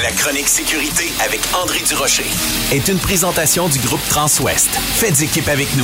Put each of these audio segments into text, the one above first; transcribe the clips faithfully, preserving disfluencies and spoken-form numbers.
La chronique sécurité avec André Durocher est une présentation du groupe Transwest. Faites équipe avec nous.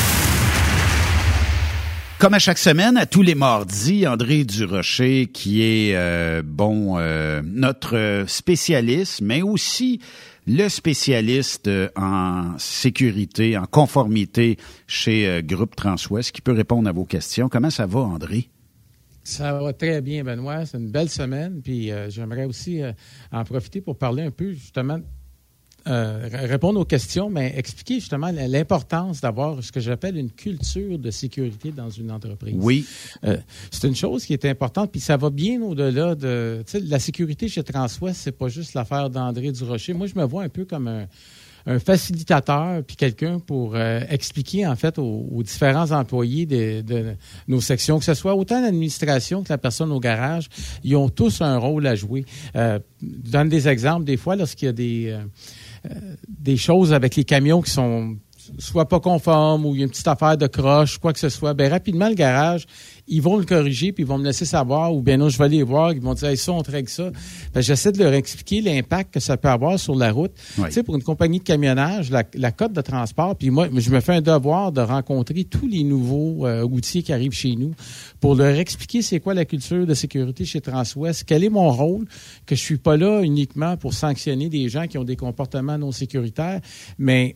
Comme à chaque semaine, à tous les mardis, André Durocher, qui est euh, bon euh, notre spécialiste, mais aussi le spécialiste en sécurité, en conformité chez euh, Groupe Transwest, qui peut répondre à vos questions. Comment ça va, André? Ça va très bien, Benoît. C'est une belle semaine. Puis euh, j'aimerais aussi euh, en profiter pour parler un peu, justement, euh, répondre aux questions, mais expliquer justement l'importance d'avoir ce que j'appelle une culture de sécurité dans une entreprise. Oui. Euh, c'est une chose qui est importante, puis ça va bien au-delà de... Tu sais, la sécurité chez Transwest, c'est pas juste l'affaire d'André Durocher. Moi, je me vois un peu comme un... un facilitateur puis quelqu'un pour euh, expliquer en fait aux, aux différents employés de, de nos sections, que ce soit autant l'administration que la personne au garage, ils ont tous un rôle à jouer. Euh, je donne des exemples des fois lorsqu'il y a des euh, euh, des choses avec les camions qui sont soit pas conformes ou il y a une petite affaire de croche, quoi que ce soit, bien rapidement le garage, ils vont le corriger puis ils vont me laisser savoir ou bien non, je vais aller voir, ils vont dire hey, ça, on règle ça. Ben, j'essaie de leur expliquer l'impact que ça peut avoir sur la route. Oui. Tu sais, pour une compagnie de camionnage, la, la cote de transport, puis moi, je me fais un devoir de rencontrer tous les nouveaux euh, routiers qui arrivent chez nous pour leur expliquer c'est quoi la culture de sécurité chez Transwest, quel est mon rôle, que je suis pas là uniquement pour sanctionner des gens qui ont des comportements non sécuritaires, mais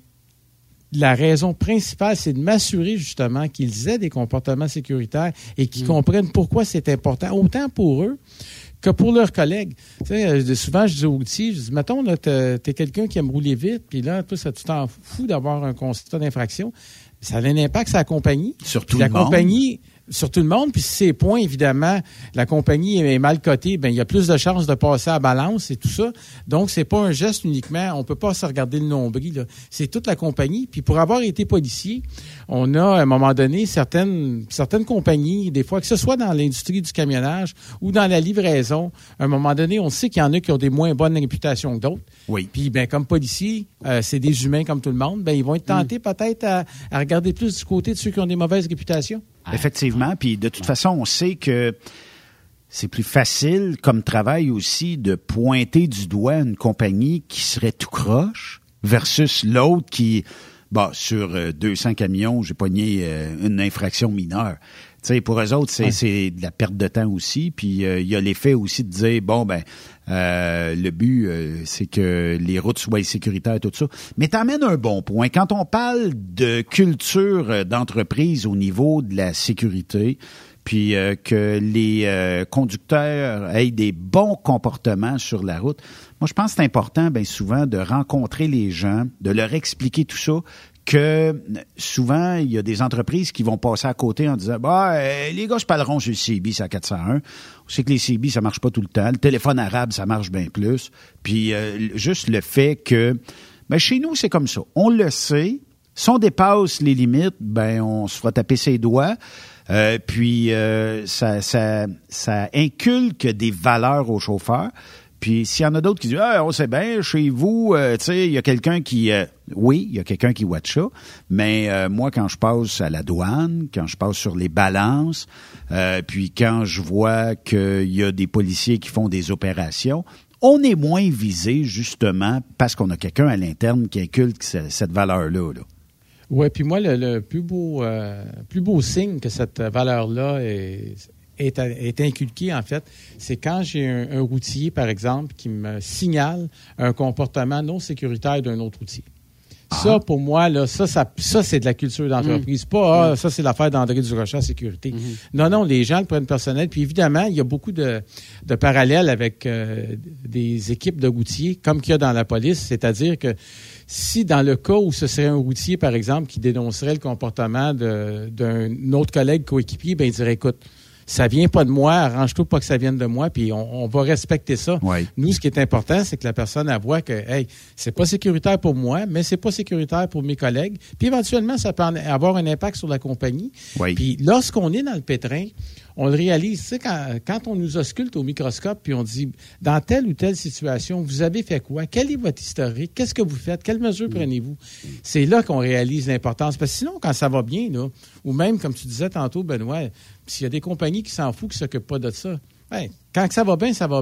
la raison principale, c'est de m'assurer justement qu'ils aient des comportements sécuritaires et qu'ils mmh. comprennent pourquoi c'est important, autant pour eux que pour leurs collègues. Tu sais, souvent, je dis aux routiers, je dis, mettons, là, t'es, t'es quelqu'un qui aime rouler vite, puis là, toi, ça, tu t'en fous d'avoir un constat d'infraction. Ça a un impact sur la compagnie. Sur tout la le monde. compagnie, sur tout le monde. Puis si ces points, évidemment, la compagnie est mal cotée, bien, il y a plus de chances de passer à balance et tout ça. Donc, c'est pas un geste uniquement. On peut pas se regarder le nombril, là. C'est toute la compagnie. Puis pour avoir été policier, on a, à un moment donné, certaines, certaines compagnies, des fois, que ce soit dans l'industrie du camionnage ou dans la livraison, à un moment donné, on sait qu'il y en a qui ont des moins bonnes réputations que d'autres. Oui. Puis, ben, comme policier, euh, c'est des humains comme tout le monde. Ben, ils vont être tentés mmh. peut-être à, à regarder plus du côté de ceux qui ont des mauvaises réputations. Effectivement. Puis de toute façon, on sait que c'est plus facile comme travail aussi de pointer du doigt une compagnie qui serait tout croche versus l'autre qui, bah, sur euh, deux cents camions, j'ai pogné euh, une infraction mineure. Tu sais, pour eux autres, c'est, ouais. c'est de la perte de temps aussi. Puis il euh, y a l'effet aussi de dire, bon, ben, euh, le but, euh, c'est que les routes soient sécuritaires, tout ça. Mais t'emmènes un bon point. Quand on parle de culture d'entreprise au niveau de la sécurité, puis euh, que les euh, conducteurs aient des bons comportements sur la route, moi, je pense que c'est important, bien souvent, de rencontrer les gens, de leur expliquer tout ça, que souvent, il y a des entreprises qui vont passer à côté en disant bah, euh, les gars se parleront sur le C B, c'est à quatre cent un. On sait que les C B, ça marche pas tout le temps. Le téléphone arabe, ça marche bien plus. Puis euh, juste le fait que ben, chez nous, c'est comme ça. On le sait. Si on dépasse les limites, ben on se fera taper ses doigts. Euh, puis euh, ça, ça, ça inculque des valeurs aux chauffeurs. Puis s'il y en a d'autres qui disent ah, on sait bien, chez vous, euh, tu sais, il y a quelqu'un qui euh, oui, il y a quelqu'un qui watch ça, mais euh, moi, quand je passe à la douane, quand je passe sur les balances, euh, puis quand je vois qu'il y a des policiers qui font des opérations, on est moins visé, justement, parce qu'on a quelqu'un à l'interne qui inculque cette valeur-là. Là. Oui, puis moi, le, le plus beau euh, plus beau signe que cette valeur-là est... Est, est inculqué, en fait, c'est quand j'ai un, un routier, par exemple, qui me signale un comportement non sécuritaire d'un autre routier. Ah. Ça, pour moi, là, ça, ça, ça c'est de la culture d'entreprise. Mmh. Pas, ah, ça, c'est l'affaire d'André Durocher à sécurité. Mmh. Non, non, les gens le prennent personnel. Puis évidemment, il y a beaucoup de, de parallèles avec euh, des équipes de routiers, comme qu'il y a dans la police. C'est-à-dire que si dans le cas où ce serait un routier, par exemple, qui dénoncerait le comportement de, d'un autre collègue coéquipier, bien, il dirait, écoute, ça vient pas de moi, arrange-toi pas que ça vienne de moi, puis on, on va respecter ça. Oui. Nous, ce qui est important, c'est que la personne avoue que, hey, c'est pas sécuritaire pour moi, mais c'est pas sécuritaire pour mes collègues. Puis éventuellement, ça peut avoir un impact sur la compagnie. Oui. Puis lorsqu'on est dans le pétrin, on le réalise. Tu sais, quand, quand on nous ausculte au microscope, puis on dit, dans telle ou telle situation, vous avez fait quoi? Quel est votre historique? Qu'est-ce que vous faites? Quelles mesures mmh. prenez-vous? C'est là qu'on réalise l'importance. Parce que sinon, quand ça va bien, là, ou même, comme tu disais tantôt, Benoît, s'il y a des compagnies qui s'en foutent, qui ne s'occupent pas de ça, ben, quand ça va bien, ça va bien.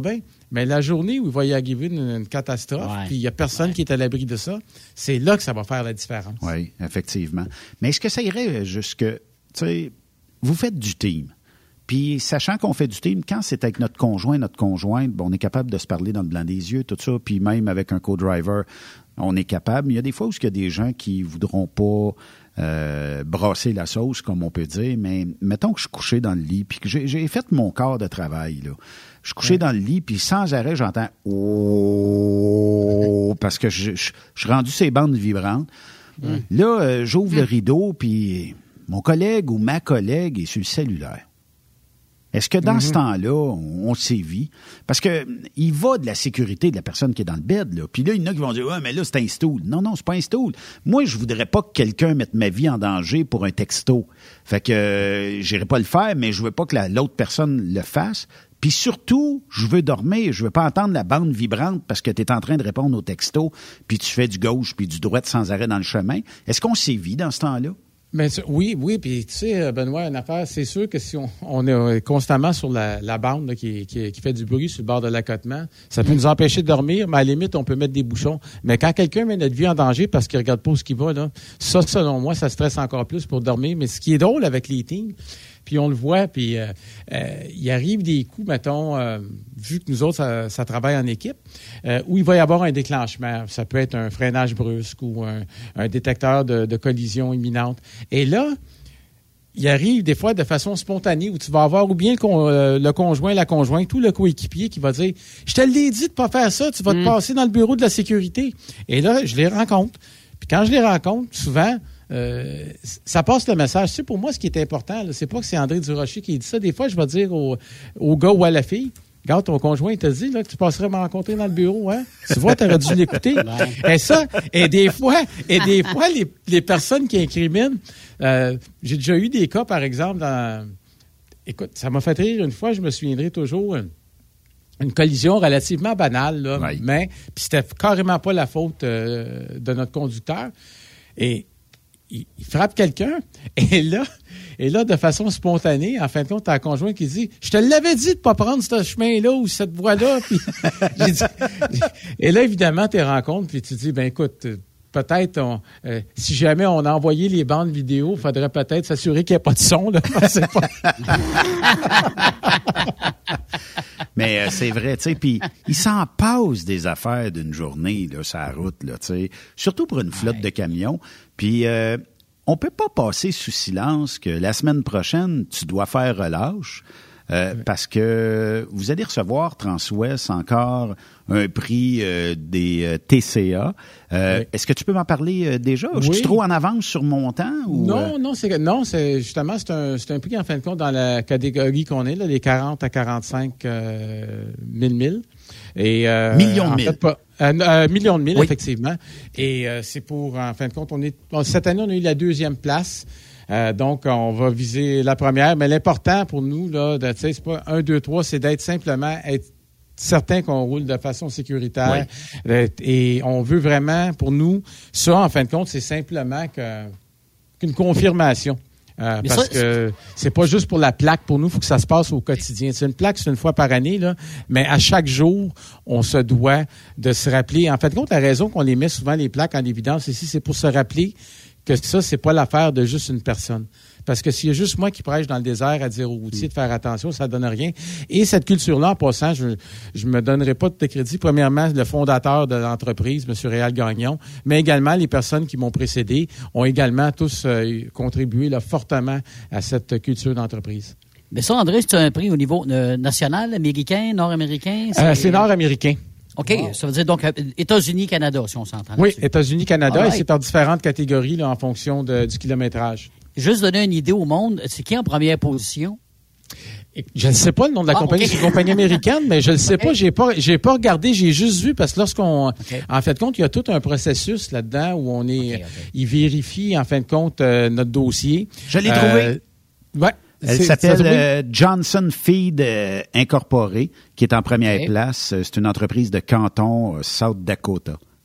Mais la journée où il va y arriver une, une catastrophe, ouais. puis il n'y a personne ouais. qui est à l'abri de ça, c'est là que ça va faire la différence. Oui, effectivement. Mais est-ce que ça irait jusque, tu sais, vous faites du team. Puis, sachant qu'on fait du team, quand c'est avec notre conjoint, notre conjointe, bon, on est capable de se parler dans le blanc des yeux, tout ça. Puis même avec un co-driver, on est capable. Mais il y a des fois où il y a des gens qui voudront pas euh, brasser la sauce, comme on peut dire. Mais mettons que je suis couché dans le lit, puis que j'ai, j'ai fait mon corps de travail, là. Je suis couché ouais. dans le lit, puis sans arrêt, j'entends « oh » parce que je, je, je suis rendu ces bandes vibrantes. Ouais. Là, euh, j'ouvre ouais. le rideau, puis mon collègue ou ma collègue est sur le cellulaire. Est-ce que dans mm-hmm. ce temps-là, on, on sévit? Parce que il va de la sécurité de la personne qui est dans le bed, là. Puis là, il y en a qui vont dire « Ouais, mais là, c'est un stool. » Non, non, c'est pas un stool. Moi, je voudrais pas que quelqu'un mette ma vie en danger pour un texto. Fait que euh, j'irai pas le faire, mais je veux pas que la, l'autre personne le fasse. Puis surtout, je veux dormir. Je veux pas entendre la bande vibrante parce que tu es en train de répondre au texto, puis tu fais du gauche puis du droite sans arrêt dans le chemin. Est-ce qu'on sévit dans ce temps-là? Mais oui, oui, puis tu sais, Benoît, une affaire, c'est sûr que si on, on est constamment sur la, la bande là, qui, qui, qui fait du bruit sur le bord de l'accotement, ça peut nous empêcher de dormir, mais à la limite, on peut mettre des bouchons. Mais quand quelqu'un met notre vie en danger parce qu'il regarde pas où ce qu'il va, là, ça, selon moi, ça stresse encore plus pour dormir. Mais ce qui est drôle avec les teams, puis on le voit, puis euh, euh, il arrive des coups, mettons, euh, vu que nous autres, ça, ça travaille en équipe, euh, où il va y avoir un déclenchement. Ça peut être un freinage brusque ou un, un détecteur de, de collision imminente. Et là, il arrive des fois de façon spontanée où tu vas avoir ou bien le, con, euh, le conjoint, la conjointe ou le coéquipier qui va dire « Je te l'ai dit de pas faire ça, tu vas mm. te passer dans le bureau de la sécurité. » Et là, je les rencontre. Puis quand je les rencontre, souvent... Euh, ça passe le message. Tu sais, pour moi, ce qui est important, là, c'est pas que c'est André Durocher qui dit ça. Des fois, je vais dire au, au gars ou à la fille, regarde, ton conjoint, il t'a dit là, que tu passerais me rencontrer dans le bureau, hein? Tu vois, t'aurais dû l'écouter. Et ça, et des fois, et des fois, les, les personnes qui incriminent, euh, j'ai déjà eu des cas, par exemple, dans... Écoute, ça m'a fait rire une fois, je me souviendrai toujours... Une collision relativement banale, là, oui. mais puis c'était carrément pas la faute euh, de notre conducteur. Et il, il frappe quelqu'un, et là, et là, de façon spontanée, en fin de compte, t'as un conjoint qui dit « Je te l'avais dit de pas prendre ce chemin-là ou cette voie-là. » Puis j'ai dit, et là, évidemment, tu rencontres, puis tu dis « Ben écoute, peut-être, on, euh, si jamais on a envoyé les bandes vidéo, il faudrait peut-être s'assurer qu'il n'y ait pas de son. » là. C'est pas... Mais euh, c'est vrai, tu sais, puis il s'en passe des affaires d'une journée, là, sur la route, là, tu sais, surtout pour une flotte ouais. de camions. Puis euh, on peut pas passer sous silence que la semaine prochaine, tu dois faire relâche. Euh, oui. Parce que vous allez recevoir Transwest encore un prix euh, des euh, T C A. Euh, oui. Est-ce que tu peux m'en parler euh, déjà? Oui. Je suis trop en avance sur mon temps? Ou, non, euh... non, c'est non, c'est justement c'est un c'est un prix en fin de compte dans la catégorie qu'on est là, les quarante à quarante-cinq euh, mille milles. Et euh, millions de milles. Fait, pas, euh, euh, millions de milles, oui. effectivement. Et euh, c'est pour en fin de compte, on est cette année on a eu la deuxième place. Euh, donc, on va viser la première. Mais l'important pour nous, là, de, tu sais, c'est pas un, deux, trois, c'est d'être simplement être certain qu'on roule de façon sécuritaire. Oui. Et on veut vraiment, pour nous, ça, en fin de compte, c'est simplement que, qu'une confirmation. Euh, parce ça, que c'est pas juste pour la plaque. Pour nous, il faut que ça se passe au quotidien. C'est une plaque, c'est une fois par année, là, mais à chaque jour, on se doit de se rappeler. En fin de compte, la raison qu'on les met souvent, les plaques, en évidence ici, c'est pour se rappeler que ça, c'est pas l'affaire de juste une personne. Parce que s'il y a juste moi qui prêche dans le désert à dire aux routiers de faire attention, ça donne rien. Et cette culture-là, en passant, je je me donnerai pas de crédit. Premièrement, le fondateur de l'entreprise, M. Réal Gagnon, mais également les personnes qui m'ont précédé ont également tous euh, contribué là, fortement à cette culture d'entreprise. Mais ça, André, c'est un prix au niveau euh, national, américain, nord-américain? C'est, euh, c'est nord-américain. OK, wow. Ça veut dire donc États-Unis, Canada, si on s'entend. Oui, là-dessus. États-Unis, Canada, right. Et c'est en différentes catégories là, en fonction de, du kilométrage. Juste donner une idée au monde, c'est qui en première position? Je ne sais pas le nom de la ah, compagnie, okay. C'est une compagnie américaine, mais je ne sais okay. pas, j'ai pas, j'ai pas regardé, j'ai juste vu parce que lorsqu'on, okay. en fin de compte, il y a tout un processus là-dedans où on est, okay, okay. il vérifie en fin de compte euh, notre dossier. Je l'ai euh, trouvé. Ouais. Elle c'est, s'appelle euh, Johnson Feed euh, Incorporé, qui est en première okay. place. C'est une entreprise de Canton, euh, South Dakota.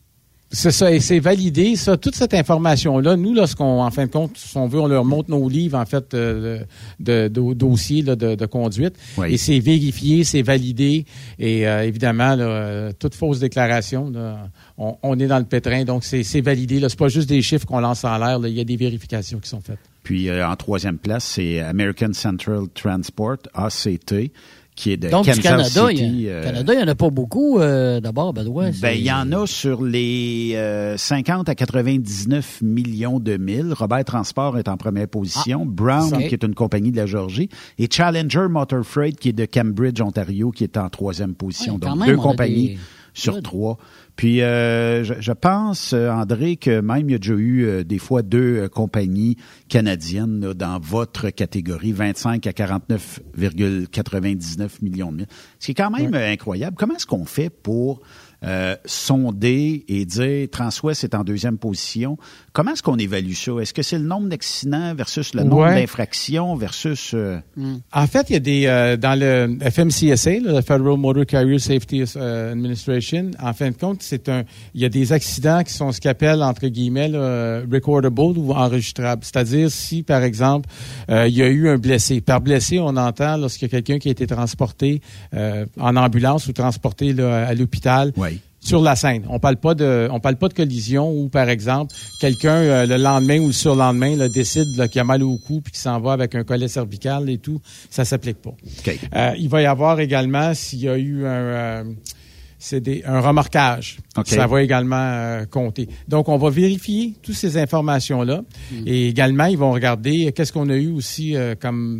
C'est ça, et c'est validé, ça, toute cette information-là. Nous, lorsqu'on, en fin de compte, si on veut, on leur montre nos livres, en fait, euh, de, de, de dossiers là, de, de conduite. Oui. Et c'est vérifié, c'est validé. Et euh, évidemment, là, toute fausse déclaration, là, on, on est dans le pétrin, donc c'est, c'est validé. Là, c'est pas juste des chiffres qu'on lance en l'air, là, il y a des vérifications qui sont faites. Puis, euh, en troisième place, c'est American Central Transport, A C T. Qui est de Donc, Kansas du Canada, City. il y a, euh, Canada, il n'y en a pas beaucoup, euh, d'abord, Benoît. Ben, il y en a sur les euh, cinquante à quatre-vingt-dix-neuf millions de milles. Robert Transport est en première position. Ah, Brown, okay. qui est une compagnie de la Georgie. Et Challenger Motor Freight, qui est de Cambridge, Ontario, qui est en troisième position. Ouais, Donc, même, deux compagnies des... sur Good. trois. Puis, euh, je, je pense, André, que même il y a déjà eu euh, des fois deux euh, compagnies canadiennes là, dans votre catégorie, vingt-cinq à quarante-neuf virgule quatre-vingt-dix-neuf millions de milles. Ce qui est quand même ouais. euh, incroyable. Comment est-ce qu'on fait pour euh, sonder et dire Transwest est en deuxième position? Comment est-ce qu'on évalue ça? Est-ce que c'est le nombre d'accidents versus le nombre ouais. d'infractions versus... Euh... Mm. En fait, il y a des... Euh, dans le F M C S A, là, le Federal Motor Carrier Safety uh, Administration, en fin de compte, c'est un... il y a des accidents qui sont ce qu'on appelle, entre guillemets, là, recordable ou enregistrable. C'est-à-dire si, par exemple, euh, il y a eu un blessé. Par blessé, on entend lorsqu'il y a quelqu'un qui a été transporté euh, en ambulance ou transporté là, à l'hôpital. Oui. Sur la scène. On parle pas de, on parle pas de collision où, par exemple, quelqu'un euh, le lendemain ou le surlendemain là, décide là, qu'il a mal au cou puis qu'il s'en va avec un collet cervical et tout. Ça s'applique pas. Okay. Euh, il va y avoir également s'il y a eu un, euh, c'est des, un remorquage. Okay. Ça va également euh, compter. Donc, on va vérifier toutes ces informations-là mmh. et également ils vont regarder qu'est-ce qu'on a eu aussi euh, comme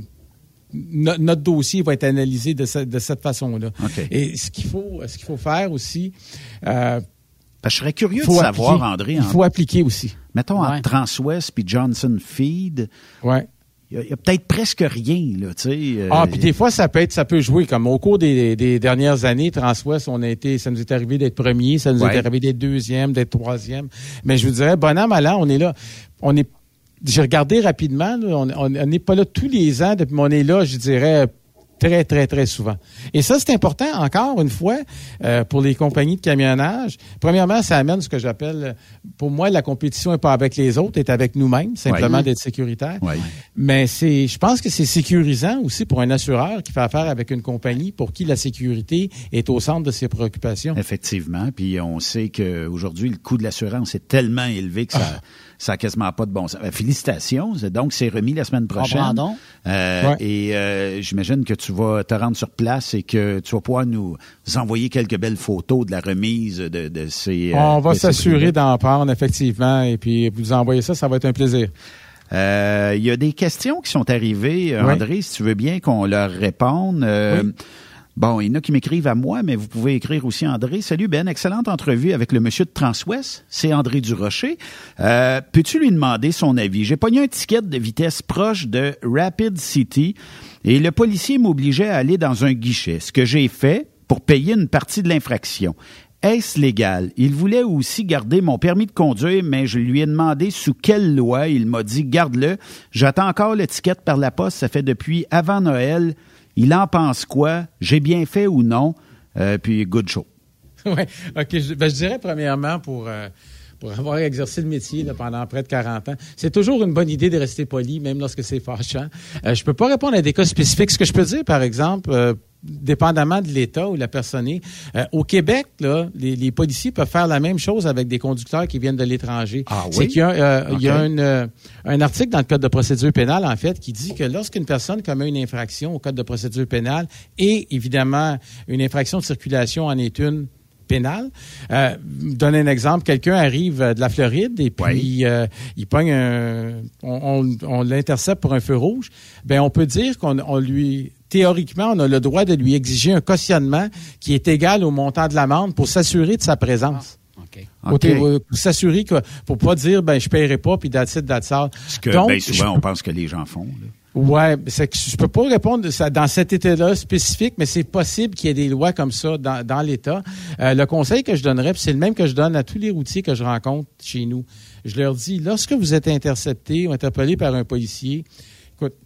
No, notre dossier va être analysé de, ce, de cette façon-là. Okay. Et ce qu'il faut, ce qu'il faut faire aussi... Euh, Parce que je serais curieux de savoir, appliquer. André... Il faut en... appliquer aussi. Mettons, ouais. entre Transwest puis Johnson Feed... Ouais. Il y a, a peut-être presque rien, là, tu sais. Euh, ah, puis des fois, ça peut être, ça peut jouer. Comme au cours des, des dernières années, Transwest, on a été, ça nous est arrivé d'être premier, ça nous ouais. est arrivé d'être deuxième, d'être troisième. Mais je vous dirais, bon an, mal an, on est là. On est J'ai regardé rapidement, là, on n'est pas là tous les ans, mais on est là, je dirais, très, très, très souvent. Et ça, c'est important, encore une fois, euh, pour les compagnies de camionnage. Premièrement, ça amène ce que j'appelle, pour moi, la compétition n'est pas avec les autres, est avec nous-mêmes, simplement ouais. d'être sécuritaire. Ouais. Mais c'est, je pense que c'est sécurisant aussi pour un assureur qui fait affaire avec une compagnie pour qui la sécurité est au centre de ses préoccupations. Effectivement. Puis on sait qu'aujourd'hui, le coût de l'assurance est tellement élevé que ça... Ah. Ça n'a quasiment pas de bon sens. Félicitations. Donc, c'est remis la semaine prochaine. Euh, ouais. Et euh, j'imagine que tu vas te rendre sur place et que tu vas pouvoir nous envoyer quelques belles photos de la remise de, de ces... On euh, va s'assurer d'en prendre, effectivement. Et puis, vous envoyer ça, ça va être un plaisir. Il euh, y a des questions qui sont arrivées, André, oui. si tu veux bien qu'on leur réponde. Euh, oui. Bon, il y en a qui m'écrivent à moi, mais vous pouvez écrire aussi André. Salut Ben, excellente entrevue avec le monsieur de Transwest. C'est André Durocher. Euh, peux-tu lui demander son avis? J'ai pogné un ticket de vitesse proche de Rapid City et le policier m'obligeait à aller dans un guichet, ce que j'ai fait pour payer une partie de l'infraction. Est-ce légal? Il voulait aussi garder mon permis de conduire, mais je lui ai demandé sous quelle loi. Il m'a dit, garde-le. J'attends encore le ticket par la poste. Ça fait depuis avant Noël. Il en pense quoi? J'ai bien fait ou non? Euh, puis, good show. Oui, OK. Je, ben, je dirais premièrement pour... Euh pour avoir exercé le métier là, pendant près de quarante ans, c'est toujours une bonne idée de rester poli, même lorsque c'est fâchant. Euh, je peux pas répondre à des cas spécifiques. Ce que je peux dire, par exemple, euh, dépendamment de l'État où la personne est, euh, au Québec, là, les, les policiers peuvent faire la même chose avec des conducteurs qui viennent de l'étranger. Ah oui? C'est qu'il y a, euh, okay. il y a une, euh, un article dans le Code de procédure pénale, en fait, qui dit que lorsqu'une personne commet une infraction au Code de procédure pénale et, évidemment, une infraction de circulation en est une pénale. Euh, donne un exemple, quelqu'un arrive de la Floride et puis oui. euh, il pogne un... On, on, on l'intercepte pour un feu rouge. Ben on peut dire qu'on on lui... Théoriquement, on a le droit de lui exiger un cautionnement qui est égal au montant de l'amende pour s'assurer de sa présence. Ah, OK. Pour, okay. pour s'assurer que... Pour pas dire, ben je paierai pas, puis that's it, that's all. Ce que Donc, ben, souvent, je... on pense que les gens font, là. Ouais, c'est que je peux pas répondre ça dans cet État-là spécifique, mais c'est possible qu'il y ait des lois comme ça dans, dans l'État. Euh, le conseil que je donnerais, puis c'est le même que je donne à tous les routiers que je rencontre chez nous. Je leur dis, lorsque vous êtes intercepté ou interpellé par un policier, écoute,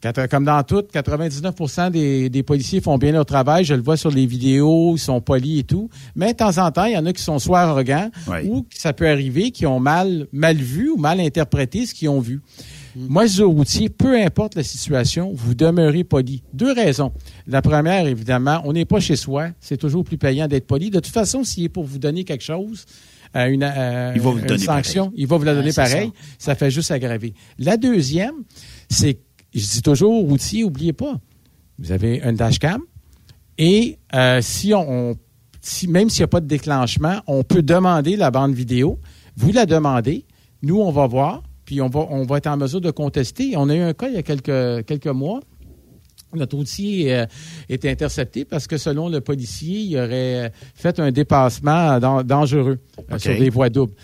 Comme dans tout, quatre-vingt-dix-neuf pour cent des, des policiers font bien leur travail. Je le vois sur les vidéos, ils sont polis et tout. Mais de temps en temps, il y en a qui sont soit arrogants oui. ou ça peut arriver, qui ont mal, mal vu ou mal interprété ce qu'ils ont vu. Mmh. Moi, je dis aux routiers, peu importe la situation, vous demeurez poli. Deux raisons. La première, évidemment, on n'est pas chez soi. C'est toujours plus payant d'être poli. De toute façon, s'il est pour vous donner quelque chose, euh, une, euh, il va vous une donner sanction, pareil. il va vous la donner ouais, pareil. Ça. ça fait juste aggraver. La deuxième, c'est je dis toujours aux routiers, n'oubliez pas, vous avez un dashcam et euh, si on, on si, même s'il n'y a pas de déclenchement, on peut demander la bande vidéo. Vous la demandez, nous, on va voir, puis on va, on va être en mesure de contester. On a eu un cas il y a quelques, quelques mois. Notre routier euh, était intercepté parce que, selon le policier, il aurait fait un dépassement dan- dangereux euh, okay. sur des voies doubles.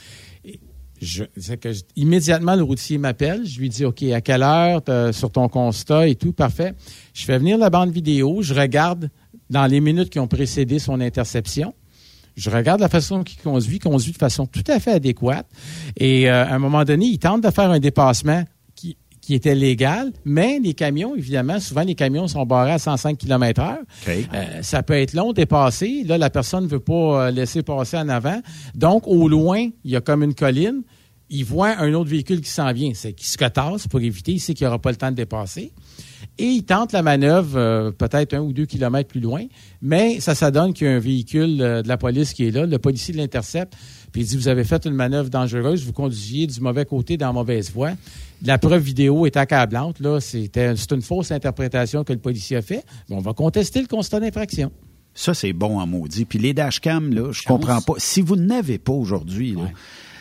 Je, c'est que je, immédiatement, le routier m'appelle. Je lui dis, OK, à quelle heure, sur ton constat et tout, parfait. Je fais venir la bande vidéo. Je regarde dans les minutes qui ont précédé son interception. Je regarde la façon qu'il conduit, il conduit de façon tout à fait adéquate. Et euh, à un moment donné, il tente de faire un dépassement qui, qui était légal, mais les camions, évidemment, souvent les camions sont barrés à cent cinq kilomètres heure. Okay. Euh, ça peut être long, dépasser. Là, la personne ne veut pas laisser passer en avant. Donc, au loin, il y a comme une colline. Il voit un autre véhicule qui s'en vient. C'est qu'il se tasse pour éviter. Il sait qu'il n'aura pas le temps de dépasser. Et il tente la manœuvre euh, peut-être un ou deux kilomètres plus loin. Mais ça, ça donne qu'il y a un véhicule euh, de la police qui est là. Le policier l'intercepte. Puis il dit, vous avez fait une manœuvre dangereuse. Vous conduisiez du mauvais côté dans la mauvaise voie. La preuve vidéo est accablante. Là, c'était, c'est une fausse interprétation que le policier a fait. Mais on va contester le constat d'infraction. Ça, c'est bon en maudit. Puis les dashcams, là, je comprends pas. Si vous n'avez pas aujourd'hui, là, ouais.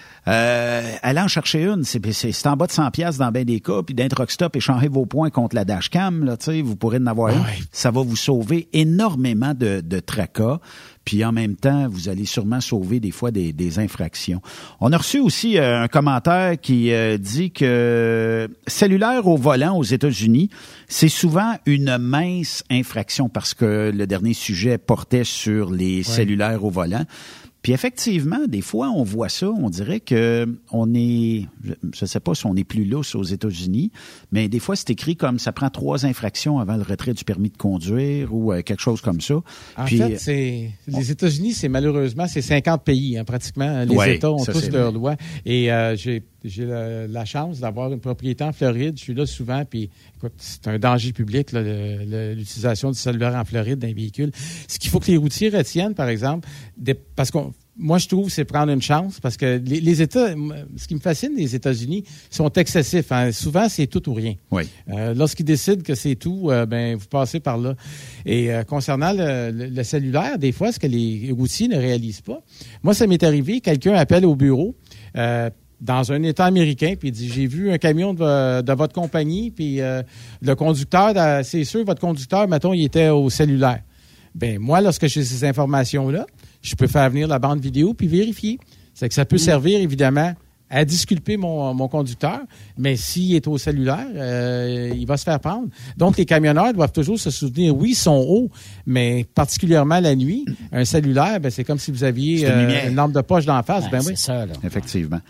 Euh, allez en chercher une, c'est, c'est, c'est en bas de cent piastres dans bien des cas, puis d'un truck stop, échangez vos points contre la dashcam, là, tu sais, vous pourrez en avoir une. Ouais. Ça va vous sauver énormément de, de tracas, puis en même temps, vous allez sûrement sauver des fois des, des infractions. On a reçu aussi euh, un commentaire qui euh, dit que cellulaire au volant aux États-Unis, c'est souvent une mince infraction parce que le dernier sujet portait sur les ouais. cellulaires au volant. Puis effectivement, des fois, on voit ça, on dirait que on est, je ne sais pas si on est plus lousse aux États-Unis, mais des fois, c'est écrit comme ça prend trois infractions avant le retrait du permis de conduire ou euh, quelque chose comme ça. En Puis, fait, c'est on... les États-Unis, c'est malheureusement, c'est cinquante pays, hein, pratiquement. Les ouais, États ont ça, tous leurs lois. Et euh, j'ai, j'ai la, la chance d'avoir une propriété en Floride. Je suis là souvent, puis écoute, c'est un danger public, là, le, le, l'utilisation du cellulaire en Floride d'un véhicule. Ce qu'il faut que les routiers retiennent, par exemple, des, parce qu'on moi, je trouve c'est prendre une chance parce que les, les États, ce qui me fascine des États-Unis, sont excessifs. Hein. Souvent, c'est tout ou rien. Oui. Euh, lorsqu'ils décident que c'est tout, euh, ben vous passez par là. Et euh, concernant le, le, le cellulaire, des fois, ce que les routiers ne réalisent pas. Moi, ça m'est arrivé, quelqu'un appelle au bureau euh, dans un État américain, puis il dit, j'ai vu un camion de, de votre compagnie, puis euh, le conducteur, c'est sûr, votre conducteur, mettons, il était au cellulaire. Ben moi, lorsque j'ai ces informations-là, je peux faire venir la bande vidéo puis vérifier. C'est que ça peut servir, évidemment, à disculper mon, mon conducteur, mais s'il est au cellulaire, euh, il va se faire prendre. Donc, les camionneurs doivent toujours se souvenir, oui, ils sont hauts, mais particulièrement la nuit, un cellulaire, ben, c'est comme si vous aviez une, euh, une lampe de poche d'en face. Ouais, ben c'est oui. ça, là. Effectivement.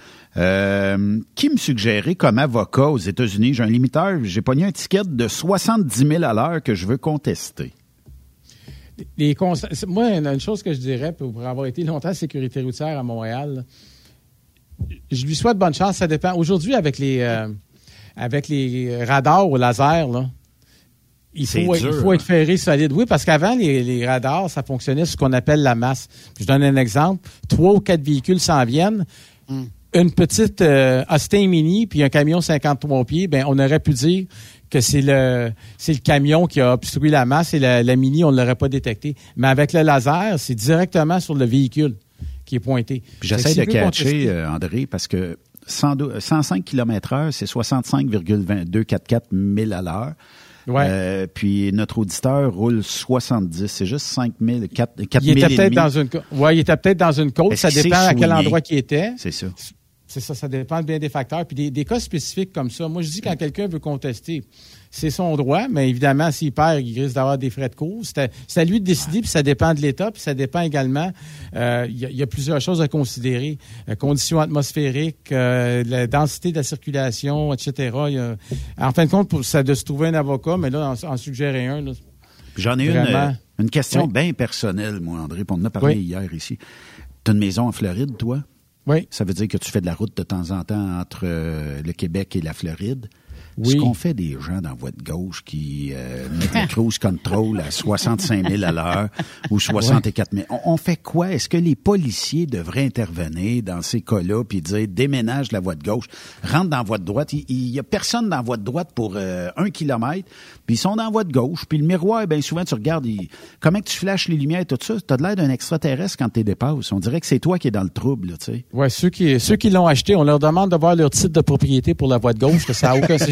Euh, qui me suggérait comme avocat aux États-Unis, j'ai un limiteur, j'ai pogné un ticket de soixante-dix mille à l'heure que je veux contester. Les consta- Moi, une chose que je dirais, pour avoir été longtemps sécurité routière à Montréal, je lui souhaite bonne chance. Ça dépend. Aujourd'hui, avec les euh, avec les radars au laser, là, il faut, dur, il faut être ferré solide. Oui, parce qu'avant, les, les radars, ça fonctionnait sur ce qu'on appelle la masse. Je donne un exemple. Trois ou quatre véhicules s'en viennent. Mm. Une petite euh, Austin Mini puis un camion cinquante-trois pieds, ben on aurait pu dire que c'est le c'est le camion qui a obstrué la masse et la, la Mini, on ne l'aurait pas détecté. Mais avec le laser, c'est directement sur le véhicule qui est pointé. Puis j'essaie de catcher, euh, André, parce que cent cinq kilomètres heure, c'est soixante-cinq virgule deux cent quarante-quatre milles à l'heure. Ouais. Euh, puis notre auditeur roule soixante-dix, c'est juste cinq mille, quatre mille. Il était peut-être dans une ouais, il était peut-être dans une côte, ça dépend à quel endroit qu'il était. C'est ça. C'est ça, ça dépend bien des facteurs. Puis des, des cas spécifiques comme ça. Moi, je dis quand quelqu'un veut contester, c'est son droit, mais évidemment, s'il perd, il risque d'avoir des frais de cours. C'est à, c'est à lui de décider, puis ça dépend de l'État, puis ça dépend également, euh, il y, a, il y a plusieurs choses à considérer. Euh, conditions atmosphériques, euh, la densité de la circulation, et cetera. Il y a, en fin de compte, pour, ça de se trouver un avocat, mais là, en, en suggérer un. Là, J'en ai vraiment, une, une question oui. bien personnelle, moi, André, puis on en a parlé oui. hier ici. Tu as une maison en Floride, toi? Oui. Ça veut dire que tu fais de la route de temps en temps entre euh, le Québec et la Floride. Oui. Ce qu'on fait des gens dans voie de gauche qui euh, mettent le cruise control à soixante-cinq mille à l'heure ou soixante-quatre mille, on, on fait quoi? Est-ce que les policiers devraient intervenir dans ces cas-là puis dire déménage la voie de gauche, rentre dans la voie de droite? Il, il y a personne dans la voie de droite pour euh, un kilomètre, puis ils sont dans la voie de gauche, puis le miroir, bien souvent tu regardes, il, comment que tu flashes les lumières et tout ça, t'as de l'air d'un extraterrestre quand tu dépasses. On dirait que c'est toi qui es dans le trouble, tu sais. Ouais, ceux qui ceux qui l'ont acheté, on leur demande de voir leur titre de propriété pour la voie de gauche, que ça n'a aucun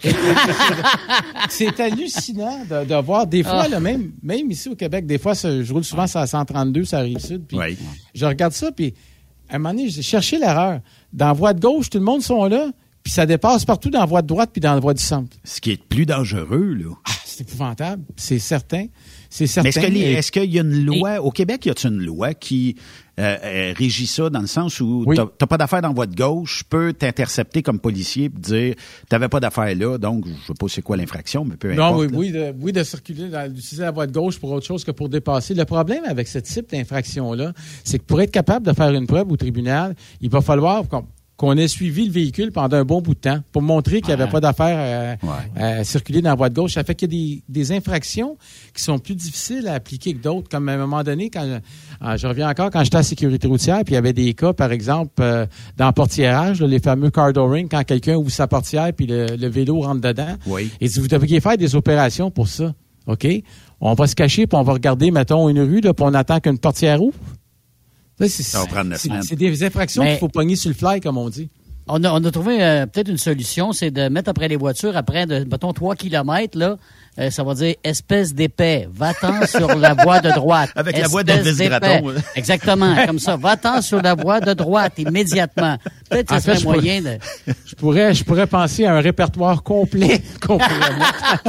c'est hallucinant de, de voir des fois, ah. là, même, même ici au Québec, des fois, ça, je roule souvent sur la cent trente-deux, ça arrive sud, puis oui. je regarde ça, puis à un moment donné, j'ai cherché l'erreur. Dans la voie de gauche, tout le monde sont là, puis ça dépasse partout dans la voie de droite puis dans la voie du centre. Ce qui est plus dangereux, là. Ah, c'est épouvantable, c'est certain. C'est certain. Mais est-ce, que les, est-ce qu'il y a une loi, et... au Québec, y a-t-il une loi qui euh, euh, régit ça dans le sens où oui. t'as, t'as pas d'affaires dans la voie de gauche, je peux t'intercepter comme policier et dire t'avais pas d'affaires là, donc je sais pas c'est quoi l'infraction, mais peu importe. Non, oui, oui, de, oui, de circuler, d'utiliser la voie de gauche pour autre chose que pour dépasser. Le problème avec ce type d'infraction-là, c'est que pour être capable de faire une preuve au tribunal, il va falloir qu'on qu'on ait suivi le véhicule pendant un bon bout de temps pour montrer qu'il n'y avait ouais. pas d'affaire à, ouais. à circuler dans la voie de gauche. Ça fait qu'il y a des, des infractions qui sont plus difficiles à appliquer que d'autres. Comme à un moment donné, quand je, je reviens encore, quand j'étais à la sécurité routière, puis il y avait des cas, par exemple, euh, dans le portiérage, là, les fameux car dooring, quand quelqu'un ouvre sa portière puis le, le vélo rentre dedans. Oui. Et vous devriez faire des opérations pour ça. OK? On va se cacher puis on va regarder, mettons, une rue, là, puis on attend qu'une portière ouvre. C'est, c'est, c'est, c'est des infractions Mais qu'il faut pogner sur le fly, comme on dit. On a, on a trouvé euh, peut-être une solution, c'est de mettre après les voitures, après, de, mettons, trois kilomètres, là, euh, ça va dire « espèce d'épais, va-t'en sur la voie de droite ». Avec espèce la voie d'Elvis Gratton. Ouais. Exactement, comme ça. Va-t'en sur la voie de droite, immédiatement. Peut-être que ce serait moyen pourrais, de... Je pourrais, je pourrais penser à un répertoire complet qu'on pourrait mettre.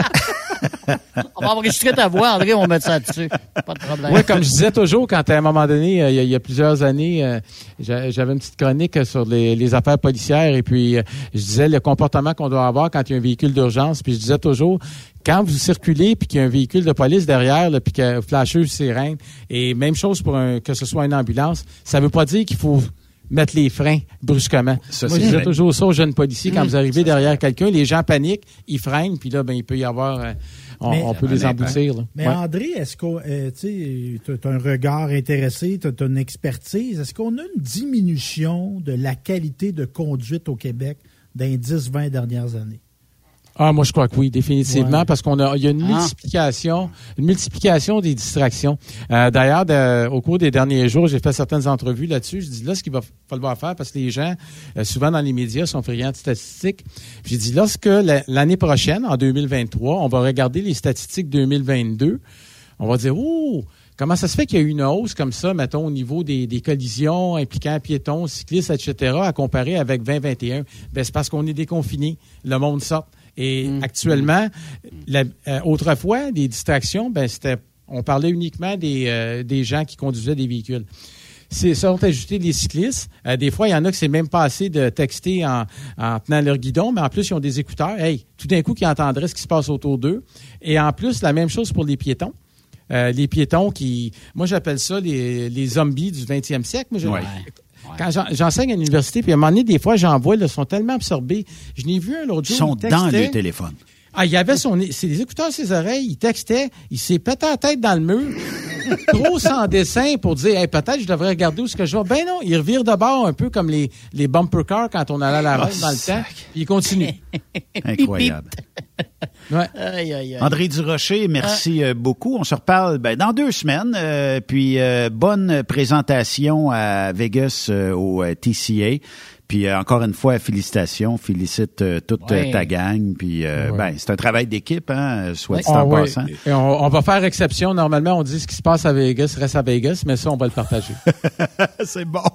On va enregistrer ta voix, André, on va mettre ça dessus. Pas de problème. Oui, comme je disais toujours, quand à un moment donné, il y a, il y a plusieurs années, euh, j'avais une petite chronique sur les, les affaires policières et puis euh, je disais le comportement qu'on doit avoir quand il y a un véhicule d'urgence. Puis je disais toujours, quand vous circulez puis qu'il y a un véhicule de police derrière, là, puis que flasheuse sirène, et même chose pour un, que ce soit une ambulance, ça veut pas dire qu'il faut mettre les freins brusquement. Ça, Moi, je disais vrai. toujours ça aux jeunes policiers. Quand mmh, vous arrivez derrière c'est quelqu'un, les gens paniquent, ils freinent, puis là, ben, il peut y avoir... Euh, on, mais, on peut les emboutir. Là. Mais ouais. André, est-ce que euh, tu as un regard intéressé, tu as une expertise, est-ce qu'on a une diminution de la qualité de conduite au Québec dans les dix vingt dernières années? Ah, moi, je crois que oui, définitivement, ouais. parce qu'on a, il y a une ah. multiplication, une multiplication des distractions. Euh, d'ailleurs, de, au cours des derniers jours, j'ai fait certaines entrevues là-dessus. Je dis là, ce qu'il va falloir faire, parce que les gens, euh, souvent dans les médias, sont friands de statistiques. J'ai dit, lorsque la, l'année prochaine, en deux mille vingt-trois, on va regarder les statistiques deux mille vingt-deux, on va dire, oh, comment ça se fait qu'il y a eu une hausse comme ça, mettons, au niveau des, des collisions impliquant piétons, cyclistes, et cetera, à comparer avec vingt vingt et un? Ben, c'est parce qu'on est déconfinés. Le monde sort. Et mmh. actuellement, la, euh, autrefois, des distractions, ben c'était, on parlait uniquement des, euh, des gens qui conduisaient des véhicules. C'est, ça ont ajouté les cyclistes. Euh, des fois, il y en a que c'est même pas assez de texter en, en tenant leur guidon, mais en plus, ils ont des écouteurs. Hey, tout d'un coup, qui entendraient ce qui se passe autour d'eux. Et en plus, la même chose pour les piétons. Euh, les piétons qui, moi, j'appelle ça les, les zombies du vingtième siècle. Moi, je, ouais. Quand j'enseigne à l'université, puis à un moment donné, des fois, j'en vois, ils sont tellement absorbés. Je n'ai vu un l'autre jour. Ils sont dans le téléphone. Ah, il y avait son, c'est des écouteurs à ses oreilles, il textait, il s'est pété la tête dans le mur, trop sans dessin pour dire, hey, peut-être je devrais regarder où ce que je vais. Ben non, il revire de bord un peu comme les, les bumper cars quand on allait à la ronde oh, dans le temps, puis il continue. Incroyable. Ouais. Aïe, aïe, aïe. André Durocher, merci ah. beaucoup. On se reparle ben, dans deux semaines. Euh, puis euh, bonne présentation à Vegas euh, au euh, T C A. Puis euh, encore une fois, félicitations, félicite euh, toute ouais. ta gang. Puis euh, ouais. ben c'est un travail d'équipe, hein, soit dit ouais. en oh, passant. Oui. Et on, on va faire exception. Normalement, on dit ce qui se passe à Vegas reste à Vegas, mais ça, on va le partager. C'est bon.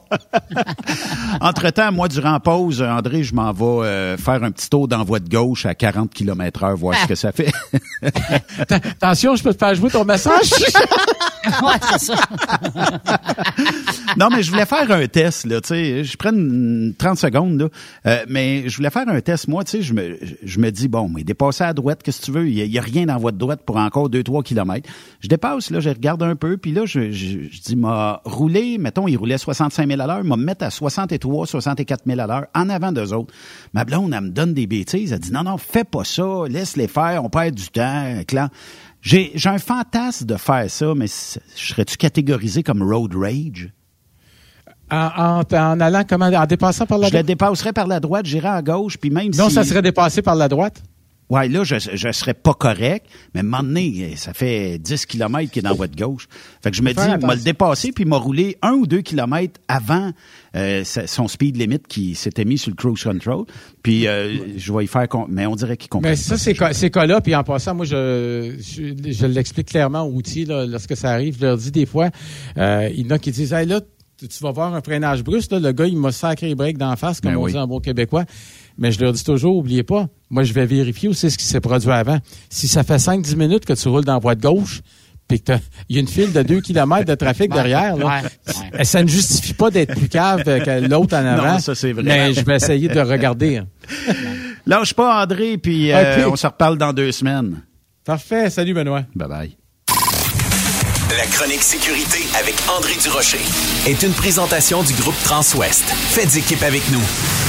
Entre-temps, moi, durant pause, André, je m'en vais euh, faire un petit tour dans voie de gauche à quarante kilomètres kilomètres heure, voir ce que ça fait. Attention, je peux te faire jouer ton massage? Ouais, c'est ça. Non, mais je voulais faire un test, là, tu sais. Je prends une trente secondes, là. Euh, mais je voulais faire un test. Moi, tu sais, je me, je me dis, bon, mais dépasser à droite, qu'est-ce que tu veux? Il y, y a rien dans la voie de droite pour encore deux trois kilomètres. Je dépasse, là, je regarde un peu, puis là, je, je, je dis, m'a roulé, mettons, il roulait soixante-cinq mille à l'heure, m'a me mettre à soixante-trois, soixante-quatre mille à l'heure, en avant d'eux autres. Ma blonde, elle me donne des bêtises. Elle dit, non, non, fais pas ça, laisse-les faire, on perd du temps, clan. J'ai, j'ai un fantasme de faire ça, mais serais-tu catégorisé comme road rage? En, en, en allant comment, en dépassant par la Je droite? le dépasserais par la droite, j'irais à gauche, puis même Non, si... ça serait dépassé par la droite? Ouais, là, je, je serais pas correct, mais à un moment donné, ça fait dix kilomètres qu'il est dans la voie de gauche. Fait que je me dis, il m'a le dépassé, puis il m'a roulé un ou deux kilomètres avant euh, son speed limit qui s'était mis sur le cruise control. Puis euh, je vais y faire... Con- mais on dirait qu'il comprend. Mais ça, c'est ca- ces cas-là, puis en passant, moi, je, je, je l'explique clairement aux routiers, là, lorsque ça arrive, je leur dis des fois, euh, il y en a qui disent, hey, là, tu vas voir un freinage brusque, là, le gars, il m'a sacré les breaks d'en face, comme ben on oui. dit en bon québécois. Mais je leur dis toujours, oubliez pas, moi, je vais vérifier aussi ce qui s'est produit avant. Si ça fait cinq dix minutes que tu roules dans la voie de gauche, puis que il y a une file de deux kilomètres de trafic derrière, là, Ouais, ouais. ça ne justifie pas d'être plus cave que l'autre en avant. Non, ça, c'est vrai. Mais je vais essayer de regarder. Lâche pas, André, puis euh, Ok. on se reparle dans deux semaines. Parfait. Salut, Benoît. Bye-bye. La chronique sécurité avec André Durocher est une présentation du groupe Transwest. Faites équipe avec nous.